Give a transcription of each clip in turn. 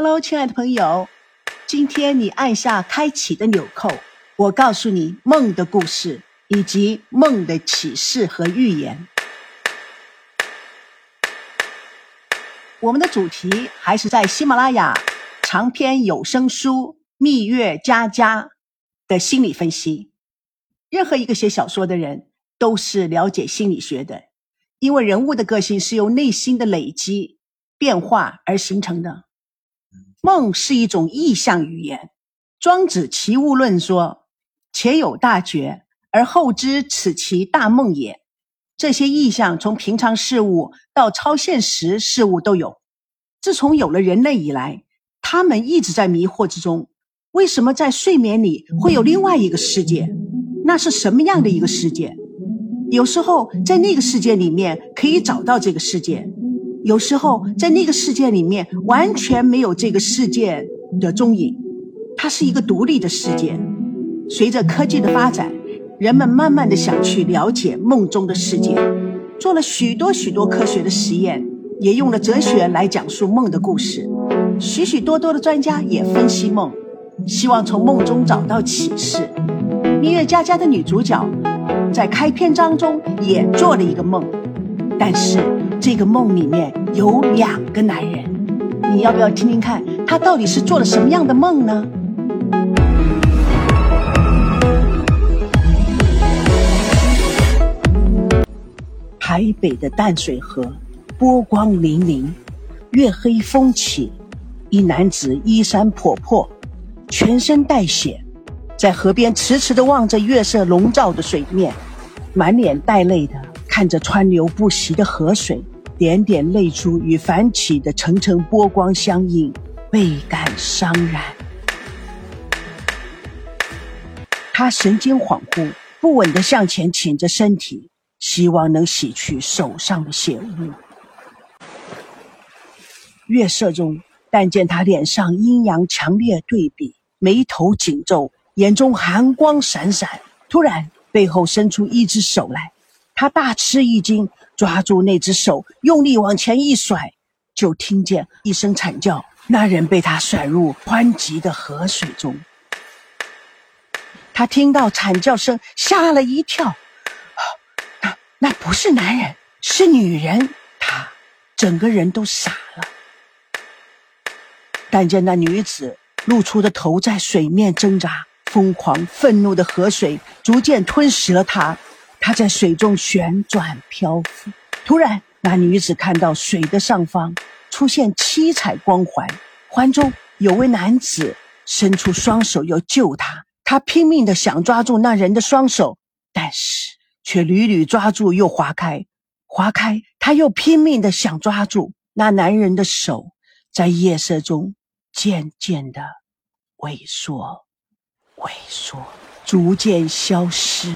Hello， 亲爱的朋友，今天你按下开启的纽扣，我告诉你梦的故事以及梦的启示和预言。我们的主题还是在喜马拉雅长篇有声书《蜜月佳佳》的心理分析。任何一个写小说的人都是了解心理学的，因为人物的个性是由内心的累积变化而形成的。梦是一种意象语言，庄子齐物论说，且有大觉，而后知此其大梦也。这些意象从平常事物到超现实事物都有。自从有了人类以来，他们一直在迷惑之中，为什么在睡眠里会有另外一个世界？那是什么样的一个世界？有时候在那个世界里面可以找到这个世界，有时候在那个世界里面完全没有这个世界的踪影，它是一个独立的世界。随着科技的发展，人们慢慢的想去了解梦中的世界，做了许多科学的实验，也用了哲学来讲述梦的故事。许多的专家也分析梦，希望从梦中找到启示。蜜月佳佳的女主角在开篇章中也做了一个梦，但是这个梦里面有2个男人，你要不要听听看她到底是做了什么样的梦呢？台北的淡水河波光粼粼，月黑风起，一男子衣衫破破，全身带血，在河边迟迟地望着月色笼罩的水面，满脸带泪的看着川流不息的河水，点点泪珠与泛起的层层波光相映，倍感伤然。他神经恍惚，不稳地向前倾着身体，希望能洗去手上的血污。月色中，但见他脸上阴阳强烈对比，眉头紧皱，眼中寒光闪闪。突然背后伸出一只手来，他大吃一惊，抓住那只手用力往前一甩，就听见一声惨叫，那人被他甩入湍急的河水中。他听到惨叫声吓了一跳，那不是男人，是女人。他整个人都傻了。但见那女子露出的头在水面挣扎，疯狂愤怒的河水逐渐吞噬了她，她在水中旋转漂浮。突然那女子看到水的上方出现七彩光环，环中有位男子伸出双手要救她，她拼命地想抓住那人的双手，但是却屡屡抓住又划开，她又拼命地想抓住那男人的手，在夜色中渐渐地萎缩，逐渐消失。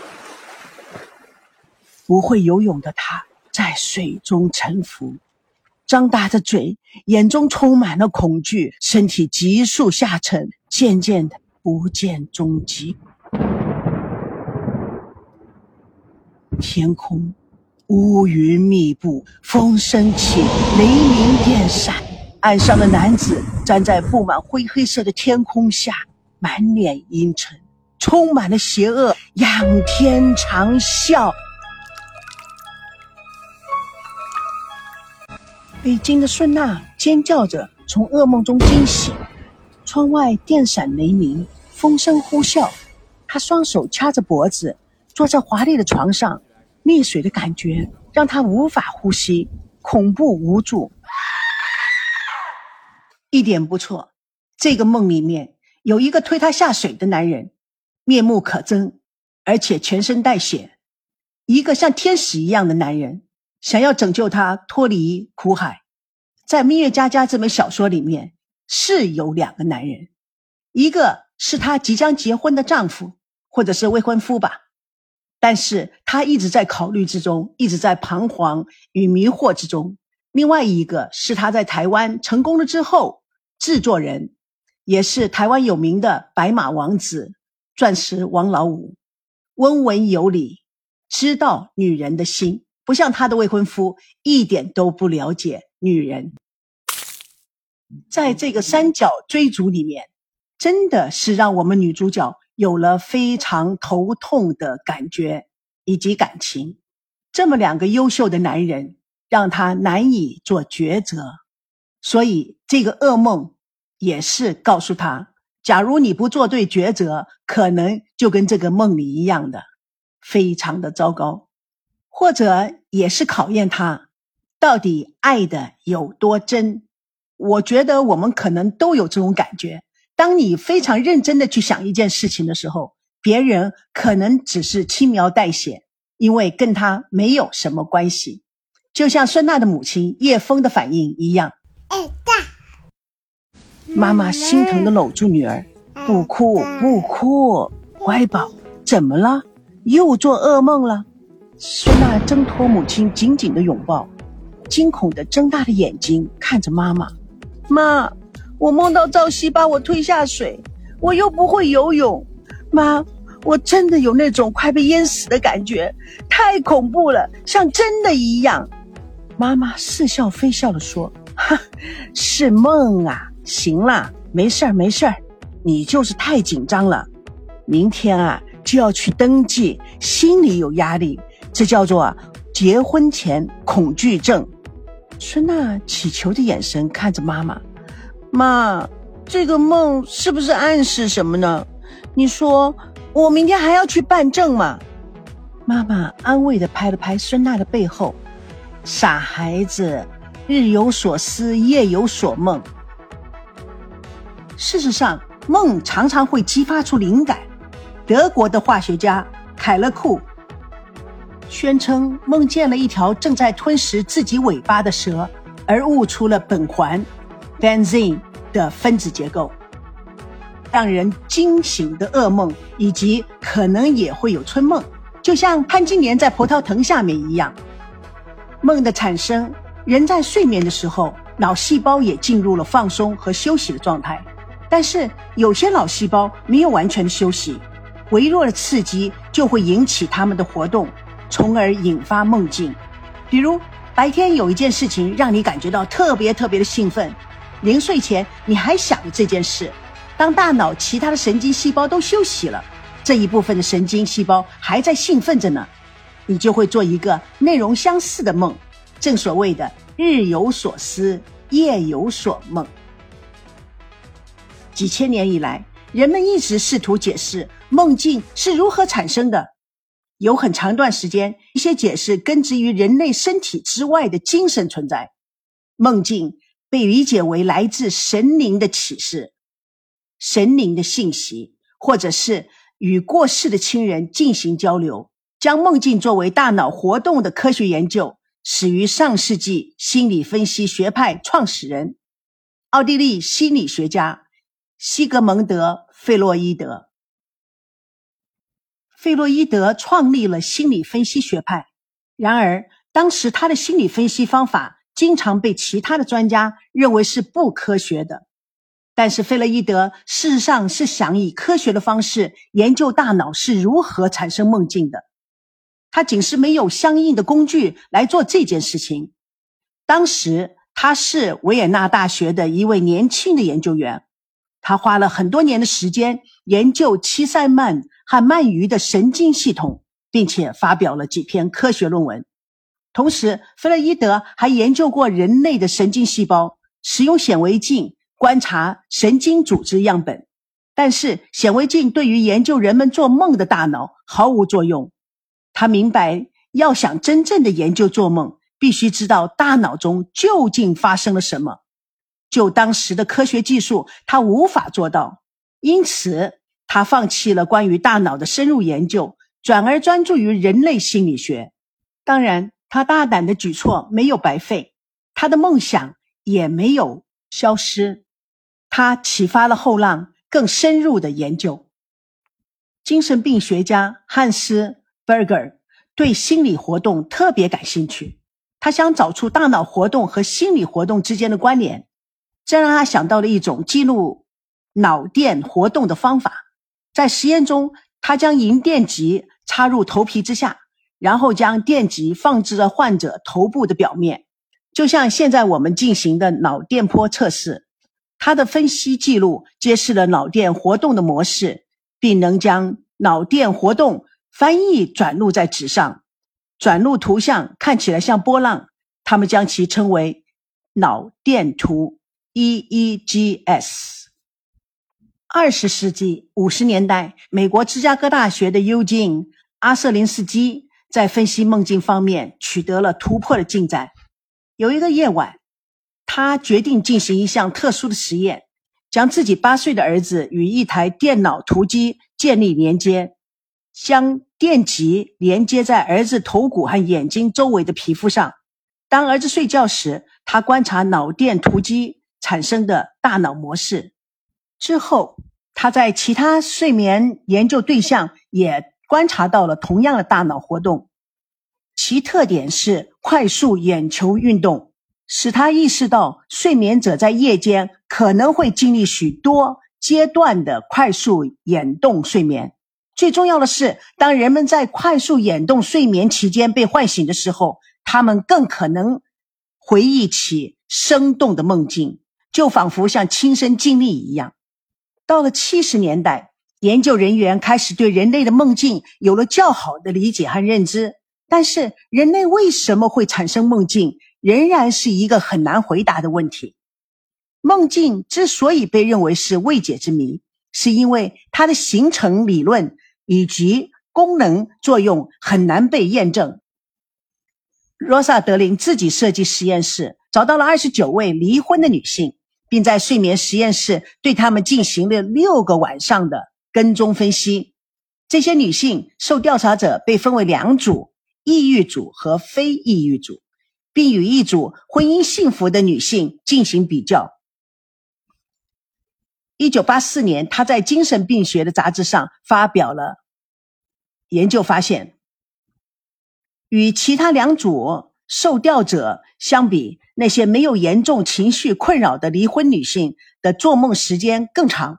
不会游泳的他在水中沉浮，张大着嘴，眼中充满了恐惧，身体急速下沉，渐渐的不见踪迹。天空乌云密布，风声起，雷鸣电闪。岸上的男子站在布满灰黑色的天空下，满脸阴沉，充满了邪恶，仰天长啸。北京的孙娜尖叫着从噩梦中惊醒，窗外电闪雷鸣，风声呼啸，她双手掐着脖子，坐在华丽的床上，溺水的感觉让她无法呼吸，恐怖无助。一点不错，这个梦里面有一个推她下水的男人，面目可憎，而且全身带血，一个像天使一样的男人，想要拯救她脱离苦海。在《蜜月佳佳》这本小说里面是有2个男人，一个是她即将结婚的丈夫，或者是未婚夫吧，但是她一直在考虑之中，一直在彷徨与迷惑之中。另外一个是她在台湾成功了之后，制作人，也是台湾有名的白马王子钻石王老五，温文有礼，知道女人的心，不像她的未婚夫一点都不了解女人。 在这个三角追逐里面，真的是让我们女主角有了非常头痛的感觉以及感情。这么两个优秀的男人，让她难以做抉择。所以这个噩梦也是告诉她，假如你不做对抉择，可能就跟这个梦里一样的，非常的糟糕。或者也是考验她，到底爱的有多真。我觉得我们可能都有这种感觉，当你非常认真的去想一件事情的时候，别人可能只是轻描淡写，因为跟他没有什么关系。就像孙娜的母亲叶枫的反应一样。妈妈心疼地搂住女儿，不哭不哭，乖宝，怎么了？又做噩梦了？孙娜挣脱母亲紧紧的拥抱，惊恐地睁大了眼睛看着妈妈。妈，我梦到赵熙把我推下水，我又不会游泳。妈，我真的有那种快被淹死的感觉，太恐怖了，像真的一样。妈妈似笑非笑地说，哈，是梦啊，行了，没事儿没事儿，你就是太紧张了。明天啊就要去登记，心里有压力，这叫做结婚前恐惧症。孙娜祈求的眼神看着妈妈，妈，这个梦是不是暗示什么呢？你说我明天还要去办证吗？妈妈安慰地拍了拍孙娜的背后，傻孩子，日有所思，夜有所梦。事实上，梦常常会激发出灵感。德国的化学家凯勒库宣称梦见了一条正在吞食自己尾巴的蛇，而悟出了苯环 benzene 的分子结构，让人惊醒的噩梦，以及可能也会有春梦，就像潘金莲在葡萄藤下面一样。梦的产生，人在睡眠的时候，脑细胞也进入了放松和休息的状态，但是有些脑细胞没有完全的休息，微弱的刺激就会引起它们的活动，从而引发梦境。比如白天有一件事情让你感觉到特别的兴奋，临睡前你还想着这件事，当大脑其他的神经细胞都休息了，这一部分的神经细胞还在兴奋着呢，你就会做一个内容相似的梦，正所谓的日有所思，夜有所梦。几千年以来，人们一直试图解释梦境是如何产生的。有很长一段时间，一些解释根植于人类身体之外的精神存在。梦境被理解为来自神灵的启示、神灵的信息，或者是与过世的亲人进行交流。将梦境作为大脑活动的科学研究始于上世纪心理分析学派创始人奥地利心理学家西格蒙德·费洛伊德。费洛伊德创立了心理分析学派，然而当时他的心理分析方法经常被其他的专家认为是不科学的。但是费洛伊德事实上是想以科学的方式研究大脑是如何产生梦境的，他仅是没有相应的工具来做这件事情。当时他是维也纳大学的一位年轻的研究员，他花了很多年的时间研究七塞曼和鳗鱼的神经系统，并且发表了几篇科学论文。同时弗洛伊德还研究过人类的神经细胞，使用显微镜观察神经组织样本，但是显微镜对于研究人们做梦的大脑毫无作用。他明白，要想真正的研究做梦，必须知道大脑中究竟发生了什么。就当时的科学技术，他无法做到，因此他放弃了关于大脑的深入研究，转而专注于人类心理学。当然，他大胆的举措没有白费，他的梦想也没有消失，他启发了后浪更深入的研究。精神病学家汉斯·伯格尔对心理活动特别感兴趣，他想找出大脑活动和心理活动之间的关联，这让他想到了一种记录脑电活动的方法。在实验中，他将银电极插入头皮之下，然后将电极放置在患者头部的表面，就像现在我们进行的脑电波测试。 他的分析记录揭示了脑电活动的模式，并能将脑电活动翻译转录在纸上，转录图像看起来像波浪，他们将其称为脑电图 EEGS。 20世纪50年代，美国芝加哥大学的尤金·阿瑟林斯基在分析梦境方面取得了突破的进展。有一个夜晚，他决定进行一项特殊的实验，将自己8岁的儿子与一台电脑图机建立连接，将电极连接在儿子头骨和眼睛周围的皮肤上。当儿子睡觉时，他观察脑电图机产生的大脑模式。之后，他在其他睡眠研究对象也观察到了同样的大脑活动，其特点是快速眼球运动，使他意识到睡眠者在夜间可能会经历许多阶段的快速眼动睡眠。最重要的是，当人们在快速眼动睡眠期间被唤醒的时候，他们更可能回忆起生动的梦境，就仿佛像亲身经历一样。到了70年代，研究人员开始对人类的梦境有了较好的理解和认知，但是人类为什么会产生梦境，仍然是一个很难回答的问题。梦境之所以被认为是未解之谜，是因为它的形成理论以及功能作用很难被验证。罗萨德林自己设计实验室，找到了29位离婚的女性，并在睡眠实验室对她们进行了6个晚上的跟踪分析。这些女性受调查者被分为2组，抑郁组和非抑郁组，并与一组婚姻幸福的女性进行比较。1984年，他在精神病学的杂志上发表了研究发现，与其他2组受调者相比，那些没有严重情绪困扰的离婚女性的做梦时间更长。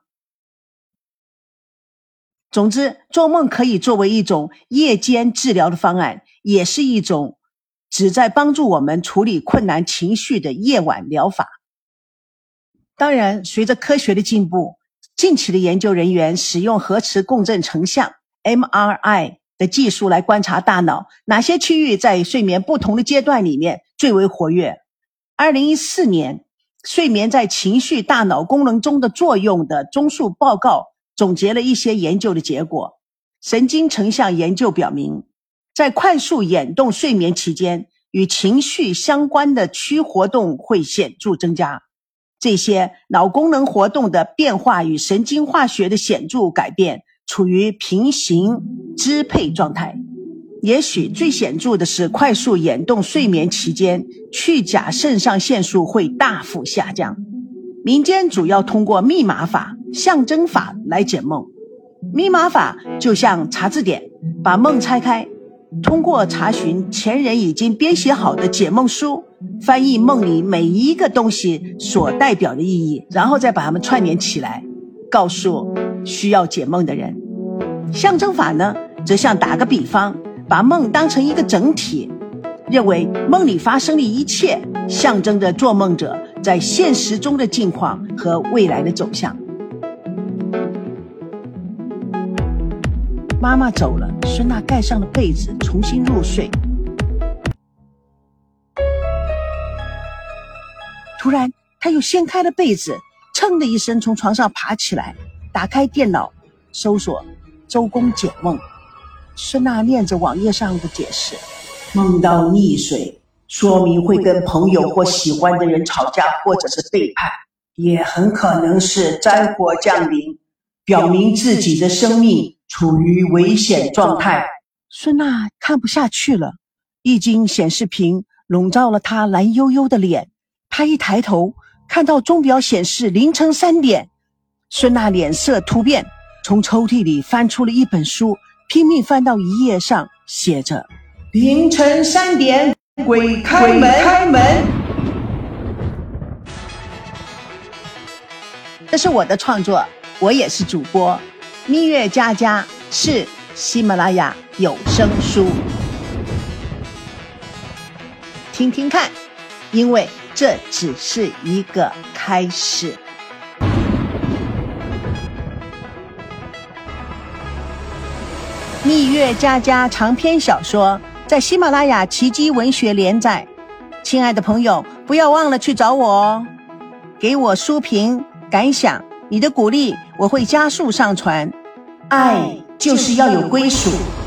总之，做梦可以作为一种夜间治疗的方案，也是一种旨在帮助我们处理困难情绪的夜晚疗法。当然，随着科学的进步，近期的研究人员使用核磁共振成像 MRI 的技术来观察大脑哪些区域在睡眠不同的阶段里面最为活跃。2014年，睡眠在情绪大脑功能中的作用的综述报告总结了一些研究的结果。神经成像研究表明，在快速眼动睡眠期间，与情绪相关的区活动会显著增加。这些脑功能活动的变化与神经化学的显著改变处于平行支配状态。也许最显著的是快速眼动睡眠期间，去甲肾上腺素会大幅下降。民间主要通过密码法、象征法来解梦。密码法就像查字典，把梦拆开，通过查询前人已经编写好的解梦书，翻译梦里每一个东西所代表的意义，然后再把它们串联起来，告诉需要解梦的人。象征法呢，则像打个比方，把梦当成一个整体，认为梦里发生的一切象征着做梦者在现实中的境况和未来的走向。妈妈走了，孙娜盖上了被子，重新入睡。突然，她又掀开了被子，噌的一声从床上爬起来，打开电脑，搜索周公解梦。孙娜念着网页上的解释：梦到溺水，说明会跟朋友或喜欢的人吵架，或者是背叛，也很可能是灾祸降临，表明自己的生命处于危险状态。孙娜看不下去了，易经显示屏笼罩了她蓝幽幽的脸。她一抬头，看到钟表显示凌晨3点。孙娜脸色突变，从抽屉里翻出了一本书，拼命翻到一页上写着：凌晨3点，鬼开门。这是我的创作，我也是主播。蜜月佳佳是喜马拉雅有声书，听听看，因为这只是一个开始。 蜜月佳佳长篇小说在喜马拉雅奇迹文学连载，亲爱的朋友，不要忘了去找我哦，给我书评感想，你的鼓励我会加速上传。爱就是要有归属。